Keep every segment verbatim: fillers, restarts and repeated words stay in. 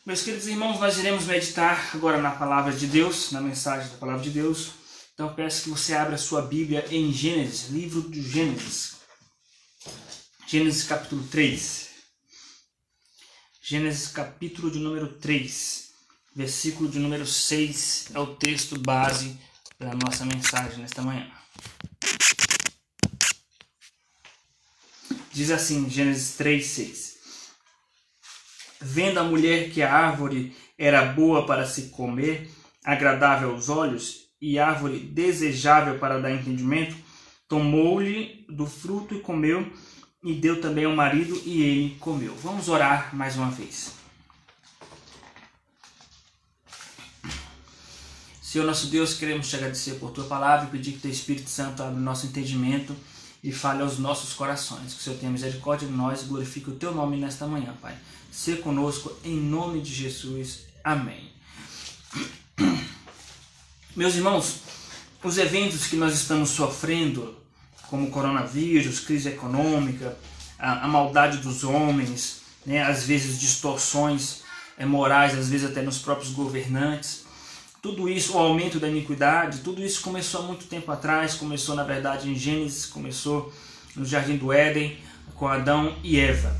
Meus queridos irmãos, nós iremos meditar agora na palavra de Deus, na mensagem da palavra de Deus. Então eu peço que você abra a sua Bíblia em Gênesis, livro de Gênesis. Gênesis capítulo três. Gênesis capítulo de número três, versículo de número seis é o texto base da nossa mensagem nesta manhã. Diz assim, Gênesis três, seis. Vendo a mulher que a árvore era boa para se comer, agradável aos olhos, e árvore desejável para dar entendimento, tomou-lhe do fruto e comeu, e deu também ao marido, e ele comeu. Vamos orar mais uma vez. Senhor nosso Deus, queremos te agradecer por tua palavra e pedir que teu Espírito Santo abra o nosso entendimento e fale aos nossos corações. Que o Senhor tenha misericórdia de nós e glorifique o teu nome nesta manhã, Pai. Se conosco em nome de Jesus. Amém. Meus irmãos, os eventos que nós estamos sofrendo, como coronavírus, crise econômica, a, a maldade dos homens, né, às vezes distorções é, morais, às vezes até nos próprios governantes, tudo isso, o aumento da iniquidade, tudo isso começou há muito tempo atrás, começou na verdade em Gênesis, começou no Jardim do Éden, com Adão e Eva.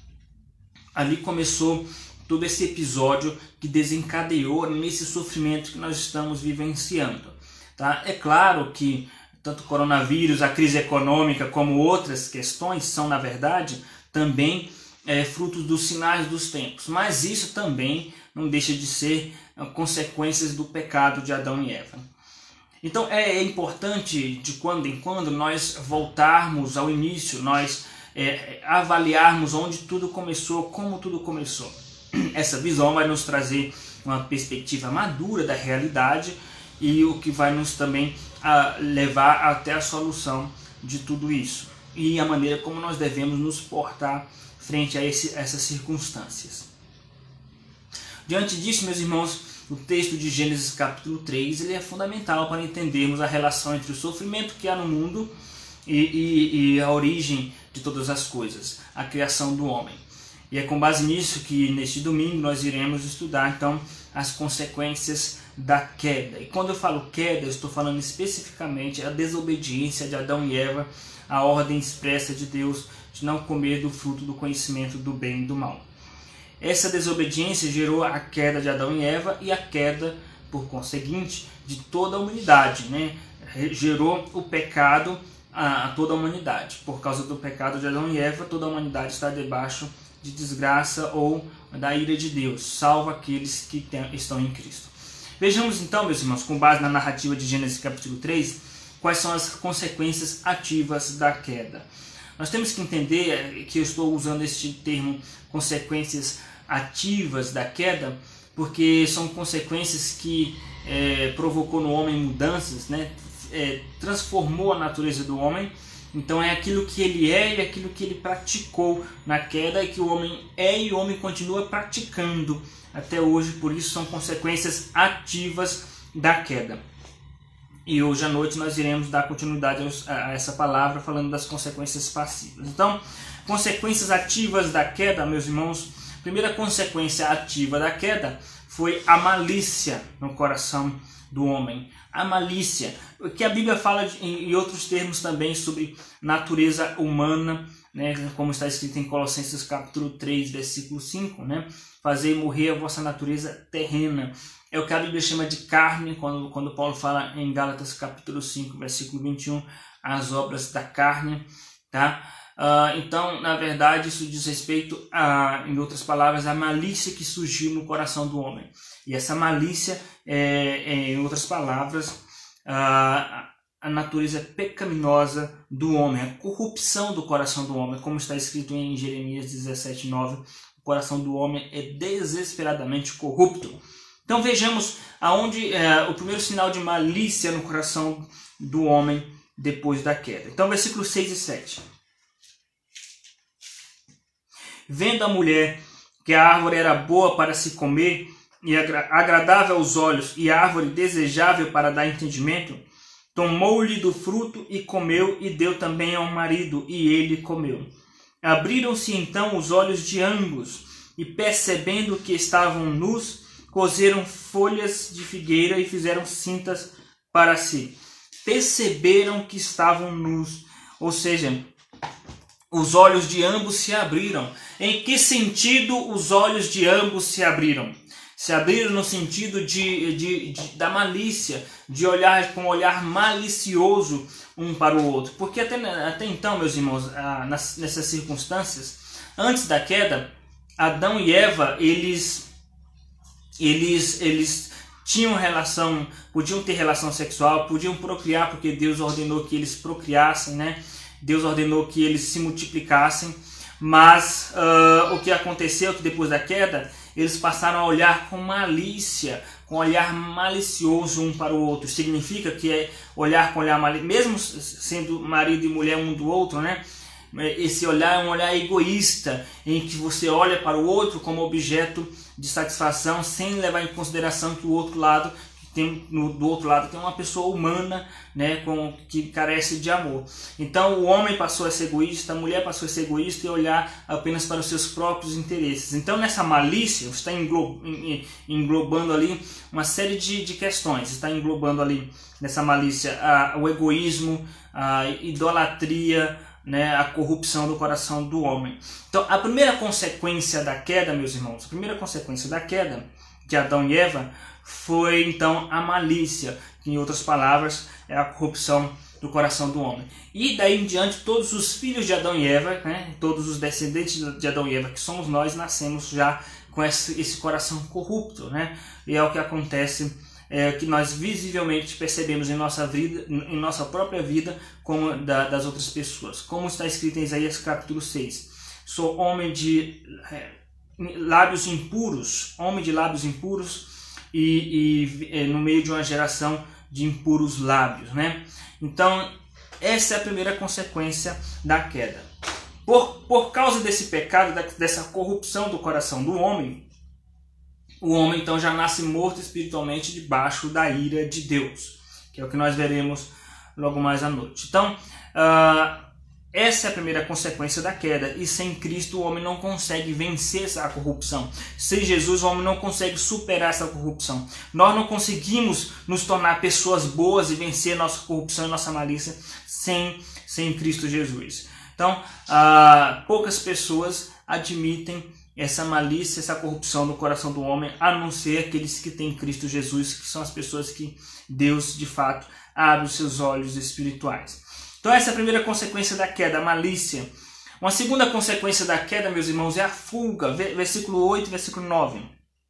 Ali começou todo esse episódio que desencadeou nesse sofrimento que nós estamos vivenciando. Tá? É claro que tanto o coronavírus, a crise econômica, como outras questões são, na verdade, também é, frutos dos sinais dos tempos. Mas isso também não deixa de ser consequências do pecado de Adão e Eva. Então é importante de quando em quando nós voltarmos ao início, nós é, avaliarmos onde tudo começou, como tudo começou. Essa visão vai nos trazer uma perspectiva madura da realidade e o que vai nos também a, levar até a solução de tudo isso e a maneira como nós devemos nos portar frente a esse, essas circunstâncias. Diante disso, meus irmãos, o texto de Gênesis capítulo três ele é fundamental para entendermos a relação entre o sofrimento que há no mundo e, e, e a origem de todas as coisas, a criação do homem. E é com base nisso que neste domingo nós iremos estudar então as consequências da queda. E quando eu falo queda, eu estou falando especificamente a desobediência de Adão e Eva à ordem expressa de Deus de não comer do fruto do conhecimento do bem e do mal. Essa desobediência gerou a queda de Adão e Eva e a queda, por conseguinte, de toda a humanidade, né? Gerou o pecado a toda a humanidade. Por causa do pecado de Adão e Eva, toda a humanidade está debaixo de desgraça ou da ira de Deus, salvo aqueles que tem, estão em Cristo. Vejamos então, meus irmãos, com base na narrativa de Gênesis capítulo três, quais são as consequências ativas da queda. Nós temos que entender que eu estou usando este termo consequências ativas da queda, porque são consequências que é, provocou no homem mudanças, né? É, transformou a natureza do homem. Então é aquilo que ele é e aquilo que ele praticou na queda e que o homem é e o homem continua praticando até hoje. Por isso são consequências ativas da queda. E hoje à noite nós iremos dar continuidade a essa palavra falando das consequências passivas. Então, consequências ativas da queda, meus irmãos. Primeira consequência ativa da queda foi a malícia no coração do homem. A malícia, que a Bíblia fala de, em outros termos também sobre natureza humana, né, como está escrito em Colossenses capítulo três, versículo cinco, né? Fazei morrer a vossa natureza terrena. É o que a Bíblia chama de carne, quando, quando Paulo fala em Gálatas capítulo cinco, versículo vinte e um, as obras da carne, tá? Uh, então, na verdade, isso diz respeito, a, em outras palavras, à malícia que surgiu no coração do homem. E essa malícia, é, é, em outras palavras, a, a natureza pecaminosa do homem, a corrupção do coração do homem, como está escrito em Jeremias dezessete, nove, o coração do homem é desesperadamente corrupto. Então vejamos aonde é, o primeiro sinal de malícia no coração do homem depois da queda. Então, versículos seis e sete. Vendo a mulher que a árvore era boa para se comer e agradável aos olhos e a árvore desejável para dar entendimento, tomou-lhe do fruto e comeu e deu também ao marido e ele comeu. Abriram-se então os olhos de ambos e percebendo que estavam nus, coseram folhas de figueira e fizeram cintas para si. Perceberam que estavam nus, ou seja, os olhos de ambos se abriram. Em que sentido os olhos de ambos se abriram? Se abriram no sentido de, de, de, da malícia, de olhar com um olhar malicioso um para o outro. Porque até, até então, meus irmãos, ah, nas, nessas circunstâncias, antes da queda, Adão e Eva, eles, eles, eles tinham relação, podiam ter relação sexual, podiam procriar, porque Deus ordenou que eles procriassem, né? Deus ordenou que eles se multiplicassem. Mas uh, o que aconteceu é que depois da queda, eles passaram a olhar com malícia, com olhar malicioso um para o outro. Significa que é olhar com olhar malicioso, mesmo sendo marido e mulher um do outro, né? Esse olhar é um olhar egoísta, em que você olha para o outro como objeto de satisfação, sem levar em consideração que o outro lado tem, no, do outro lado tem uma pessoa humana, né, com, que carece de amor. Então o homem passou a ser egoísta, a mulher passou a ser egoísta e olhar apenas para os seus próprios interesses. Então nessa malícia está englo, englobando ali uma série de, de questões, está englobando ali nessa malícia a, o egoísmo, a idolatria, né, a corrupção do coração do homem. Então a primeira consequência da queda, meus irmãos, a primeira consequência da queda de Adão e Eva foi então a malícia, que em outras palavras é a corrupção do coração do homem. E daí em diante todos os filhos de Adão e Eva, né, todos os descendentes de Adão e Eva, que somos nós, nascemos já com esse, esse coração corrupto, né? E é o que acontece, é, que nós visivelmente percebemos em nossa vida, em nossa própria vida, como da, das outras pessoas. Como está escrito em Isaías capítulo seis: sou homem de é, lábios impuros, homem de lábios impuros, e, e no meio de uma geração de impuros lábios, né? Então essa é a primeira consequência da queda. Por, por causa desse pecado, dessa corrupção do coração do homem, o homem então já nasce morto espiritualmente debaixo da ira de Deus, que é o que nós veremos logo mais à noite. Então uh, essa é a primeira consequência da queda, e sem Cristo o homem não consegue vencer essa corrupção. Sem Jesus o homem não consegue superar essa corrupção. Nós não conseguimos nos tornar pessoas boas e vencer nossa corrupção e nossa malícia sem, sem Cristo Jesus. Então, ah, poucas pessoas admitem essa malícia, essa corrupção no coração do homem, a não ser aqueles que têm Cristo Jesus, que são as pessoas que Deus, de fato, abre os seus olhos espirituais. Então essa é a primeira consequência da queda, a malícia. Uma segunda consequência da queda, meus irmãos, é a fuga. Versículo oito e versículo nove.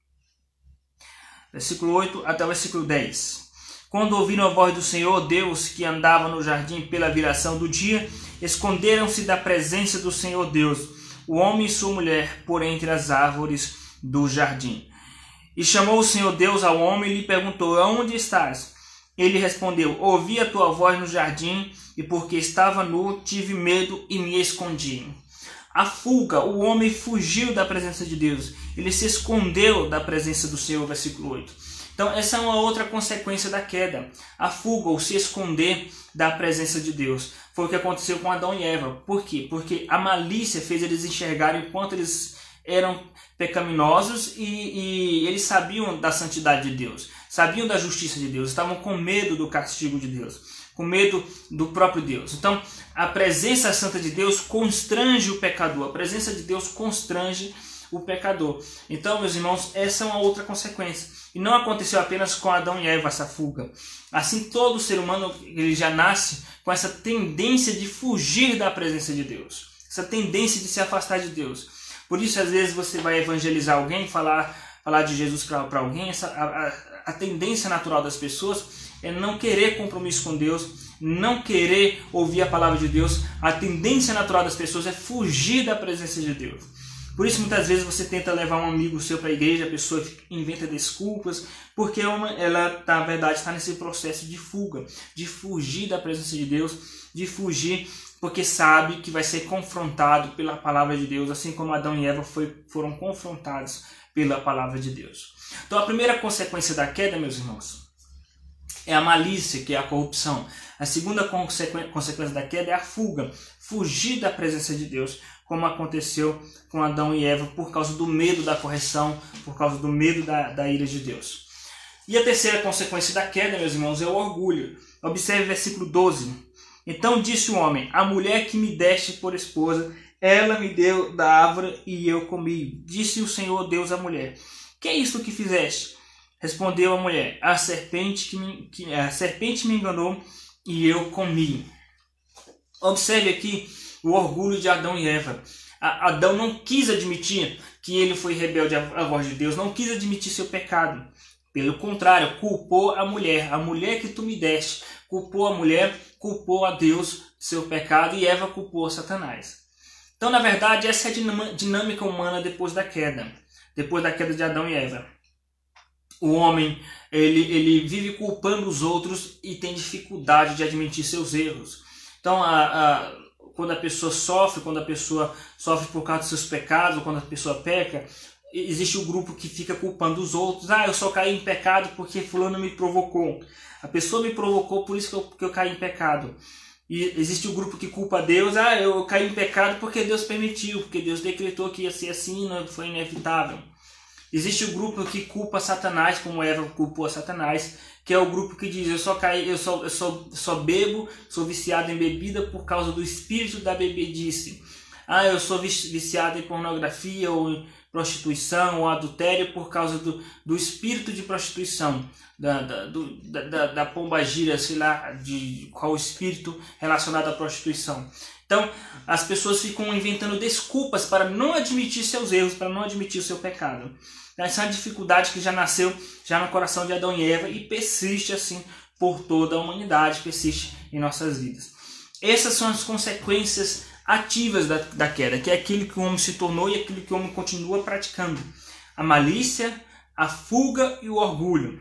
Versículo oito até o versículo dez. Quando ouviram a voz do Senhor Deus, que andava no jardim pela viração do dia, esconderam-se da presença do Senhor Deus, o homem e sua mulher, por entre as árvores do jardim. E chamou o Senhor Deus ao homem e lhe perguntou: aonde estás? Ele respondeu: ouvi a tua voz no jardim, e porque estava nu, tive medo e me escondi. A fuga, o homem fugiu da presença de Deus. Ele se escondeu da presença do Senhor, versículo oito. Então essa é uma outra consequência da queda. A fuga, ou se esconder da presença de Deus. Foi o que aconteceu com Adão e Eva. Por quê? Porque a malícia fez eles enxergarem quanto eles eram pecaminosos e, e eles sabiam da santidade de Deus, sabiam da justiça de Deus, estavam com medo do castigo de Deus, com medo do próprio Deus. Então a presença santa de Deus constrange o pecador, a presença de Deus constrange o pecador. Então, meus irmãos, essa é uma outra consequência. E não aconteceu apenas com Adão e Eva essa fuga. Assim, todo ser humano ele já nasce com essa tendência de fugir da presença de Deus, essa tendência de se afastar de Deus. Por isso, às vezes, você vai evangelizar alguém, falar, falar de Jesus para alguém. Essa, a, a, a tendência natural das pessoas é não querer compromisso com Deus, não querer ouvir a palavra de Deus. A tendência natural das pessoas é fugir da presença de Deus. Por isso, muitas vezes, você tenta levar um amigo seu para a igreja, a pessoa inventa desculpas, porque uma, ela, na verdade, está nesse processo de fuga, de fugir da presença de Deus, de fugir porque sabe que vai ser confrontado pela palavra de Deus, assim como Adão e Eva foi, foram confrontados pela palavra de Deus. Então, a primeira consequência da queda, meus irmãos, é a malícia, que é a corrupção. A segunda consequência da queda é a fuga, fugir da presença de Deus, como aconteceu com Adão e Eva, por causa do medo da correção, por causa do medo da, da ira de Deus. E a terceira consequência da queda, meus irmãos, é o orgulho. Observe o versículo doze. Então disse o homem: a mulher que me deste por esposa, ela me deu da árvore e eu comi. Disse o Senhor Deus à mulher: que é isto que fizeste? Respondeu a mulher: a serpente, que me, que, a serpente me enganou e eu comi. Observe aqui o orgulho de Adão e Eva. Adão não quis admitir que ele foi rebelde à voz de Deus, não quis admitir seu pecado. Pelo contrário, culpou a mulher, a mulher que tu me deste. Culpou a mulher, culpou a Deus de seu pecado, e Eva culpou a Satanás. Então, na verdade, essa é a dinâmica humana depois da queda. Depois da queda de Adão e Eva. O homem, ele, ele vive culpando os outros e tem dificuldade de admitir seus erros. Então, a, a, quando a pessoa sofre, quando a pessoa sofre por causa dos seus pecados, ou quando a pessoa peca, existe o grupo que fica culpando os outros. Ah, eu só caí em pecado porque fulano me provocou. A pessoa me provocou, por isso que eu, que eu caí em pecado. E existe o grupo que culpa Deus. Ah, eu caí em pecado porque Deus permitiu, porque Deus decretou que ia ser assim, não foi inevitável. Existe o grupo que culpa Satanás, como Eva culpou a Satanás, que é o grupo que diz: eu só caí, eu só, eu só, só bebo, sou viciado em bebida por causa do espírito da bebedice. Ah, eu sou viciado em pornografia ou em prostituição ou adultério por causa do, do espírito de prostituição, da, da, do, da, da pombagira, sei lá, de qual espírito relacionado à prostituição. Então, as pessoas ficam inventando desculpas para não admitir seus erros, para não admitir o seu pecado. Essa é uma dificuldade que já nasceu já no coração de Adão e Eva e persiste assim por toda a humanidade, persiste em nossas vidas. Essas são as consequências ativas da, da queda, que é aquilo que o homem se tornou e aquilo que o homem continua praticando. A malícia, a fuga e o orgulho.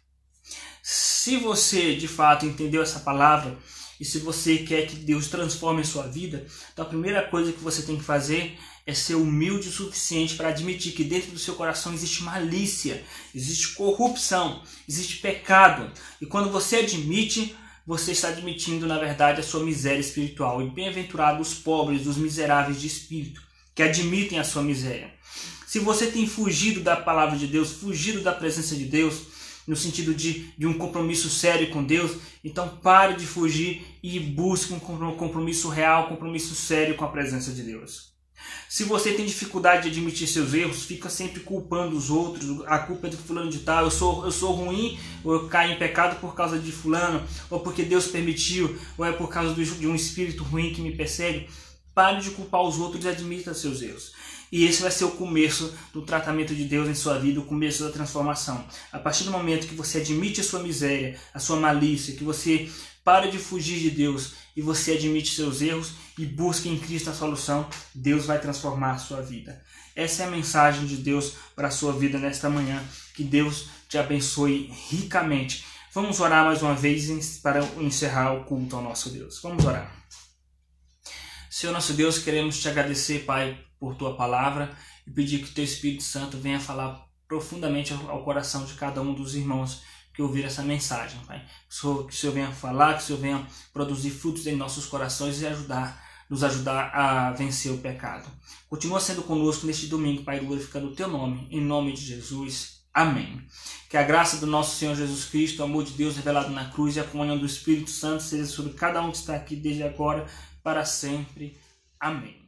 Se você de fato entendeu essa palavra, e se você quer que Deus transforme a sua vida, então a primeira coisa que você tem que fazer é ser humilde o suficiente para admitir que dentro do seu coração existe malícia, existe corrupção, existe pecado. E quando você admite, você está admitindo, na verdade, a sua miséria espiritual. E bem-aventurados os pobres, os miseráveis de espírito, que admitem a sua miséria. Se você tem fugido da palavra de Deus, fugido da presença de Deus, no sentido de, de um compromisso sério com Deus, então pare de fugir e busque um compromisso real, um compromisso sério com a presença de Deus. Se você tem dificuldade de admitir seus erros, fica sempre culpando os outros, a culpa é de fulano de tal, eu sou, eu sou ruim, ou eu caio em pecado por causa de fulano, ou porque Deus permitiu, ou é por causa de um espírito ruim que me persegue. Pare de culpar os outros e admita seus erros. E esse vai ser o começo do tratamento de Deus em sua vida, o começo da transformação. A partir do momento que você admite a sua miséria, a sua malícia, que você para de fugir de Deus e você admite seus erros e busca em Cristo a solução, Deus vai transformar a sua vida. Essa é a mensagem de Deus para a sua vida nesta manhã. Que Deus te abençoe ricamente. Vamos orar mais uma vez para encerrar o culto ao nosso Deus. Vamos orar. Senhor nosso Deus, queremos te agradecer, Pai, por tua palavra e pedir que o teu Espírito Santo venha falar profundamente ao coração de cada um dos irmãos que ouviram essa mensagem, Pai. Que o Senhor venha falar, que o Senhor venha produzir frutos em nossos corações e ajudar, nos ajudar a vencer o pecado. Continua sendo conosco neste domingo, Pai, glorificando o teu nome, em nome de Jesus. Amém. Que a graça do nosso Senhor Jesus Cristo, o amor de Deus revelado na cruz e a comunhão do Espírito Santo seja sobre cada um que está aqui desde agora para sempre. Amém.